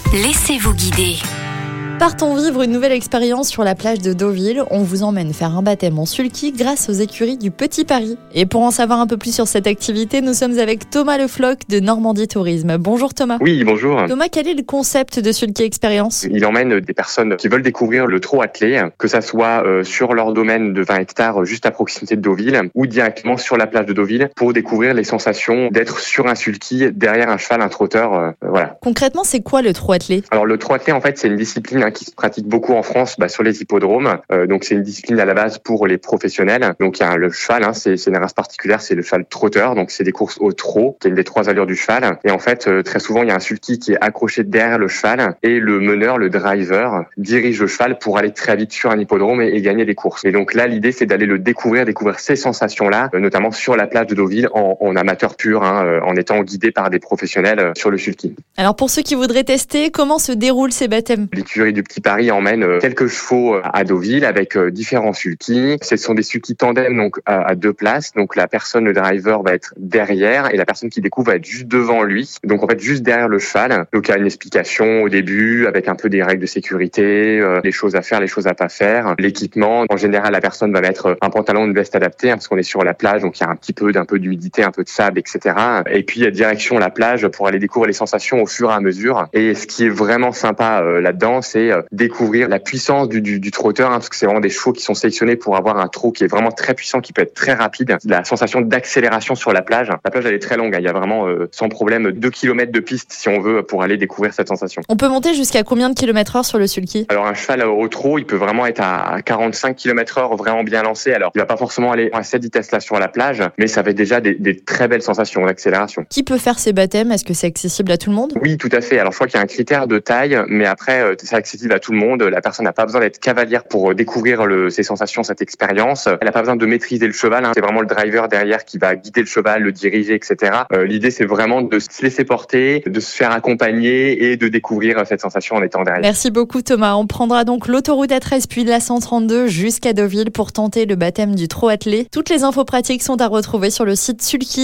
Laissez-vous guider. Partons vivre une nouvelle expérience sur la plage de Deauville. On vous emmène faire un baptême en sulky grâce aux écuries du Petit Paris. Et pour en savoir un peu plus sur cette activité, nous sommes avec Thomas Le Floch de Normandie Tourisme. Bonjour Thomas. Oui, bonjour. Thomas, quel est le concept de Sulky Experience ? Il emmène des personnes qui veulent découvrir le trot attelé, que ça soit sur leur domaine de 20 hectares juste à proximité de Deauville ou directement sur la plage de Deauville pour découvrir les sensations d'être sur un sulky derrière un cheval, un trotteur. Voilà. Concrètement, c'est quoi le trot attelé ? Alors le trot attelé, en fait, c'est une discipline qui se pratique beaucoup en France sur les hippodromes. Donc c'est une discipline à la base pour les professionnels. Donc il y a le cheval, c'est une race particulière, c'est le cheval trotteur. Donc c'est des courses au trot, qui est une des 3 allures du cheval. Et en fait, très souvent, il y a un sulky qui est accroché derrière le cheval et le meneur, le driver, dirige le cheval pour aller très vite sur un hippodrome et gagner des courses. Et donc là, l'idée, c'est d'aller le découvrir ces sensations-là, notamment sur la plage de Deauville en amateur pur, en étant guidé par des professionnels sur le sulky. Alors pour ceux qui voudraient tester, comment se déroulent ces baptêmes ? L'écurie du Petit Paris emmène quelques chevaux à Deauville avec différents sulkys. Ce sont des sulkys tandem, donc à 2 places. Donc la personne, le driver, va être derrière et la personne qui découvre va être juste devant lui. Donc en fait juste derrière le cheval. Donc il y a une explication au début avec un peu des règles de sécurité, les choses à faire, les choses à pas faire, l'équipement. En général, la personne va mettre un pantalon, une veste adaptée parce qu'on est sur la plage, donc il y a un peu d'humidité, un peu de sable, etc. Et puis il y a direction la plage pour aller découvrir les sensations au fur et à mesure. Et ce qui est vraiment sympa là-dedans, c'est découvrir la puissance du trotteur, parce que c'est vraiment des chevaux qui sont sélectionnés pour avoir un trot qui est vraiment très puissant, qui peut être très rapide. La sensation d'accélération sur la plage. La plage, elle est très longue. Il y a vraiment, sans problème, 2 km de piste, si on veut, pour aller découvrir cette sensation. On peut monter jusqu'à combien de km/h sur le sulky ? Alors, un cheval au trot, il peut vraiment être à 45 km/h, vraiment bien lancé. Alors, il va pas forcément aller à cette vitesse-là sur la plage, mais ça fait déjà des très belles sensations d'accélération. Qui peut faire ces baptêmes ? Est-ce que c'est accessible à tout le monde ? Oui, tout à fait. Alors, je crois qu'il y a un critère de taille, mais après, c'est accessible à tout le monde. La personne n'a pas besoin d'être cavalière pour découvrir ces sensations, cette expérience. Elle n'a pas besoin de maîtriser le cheval. C'est vraiment le driver derrière qui va guider le cheval, le diriger, etc. L'idée, c'est vraiment de se laisser porter, de se faire accompagner et de découvrir cette sensation en étant derrière. Merci beaucoup Thomas. On prendra donc l'autoroute A13 puis la 132 jusqu'à Deauville pour tenter le baptême du trot attelé. Toutes les infos pratiques sont à retrouver sur le site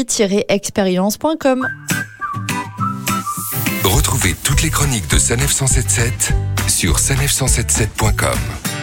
sulky-experience.com. Retrouvez toutes les chroniques de Sanef 177 sur sanef177.com.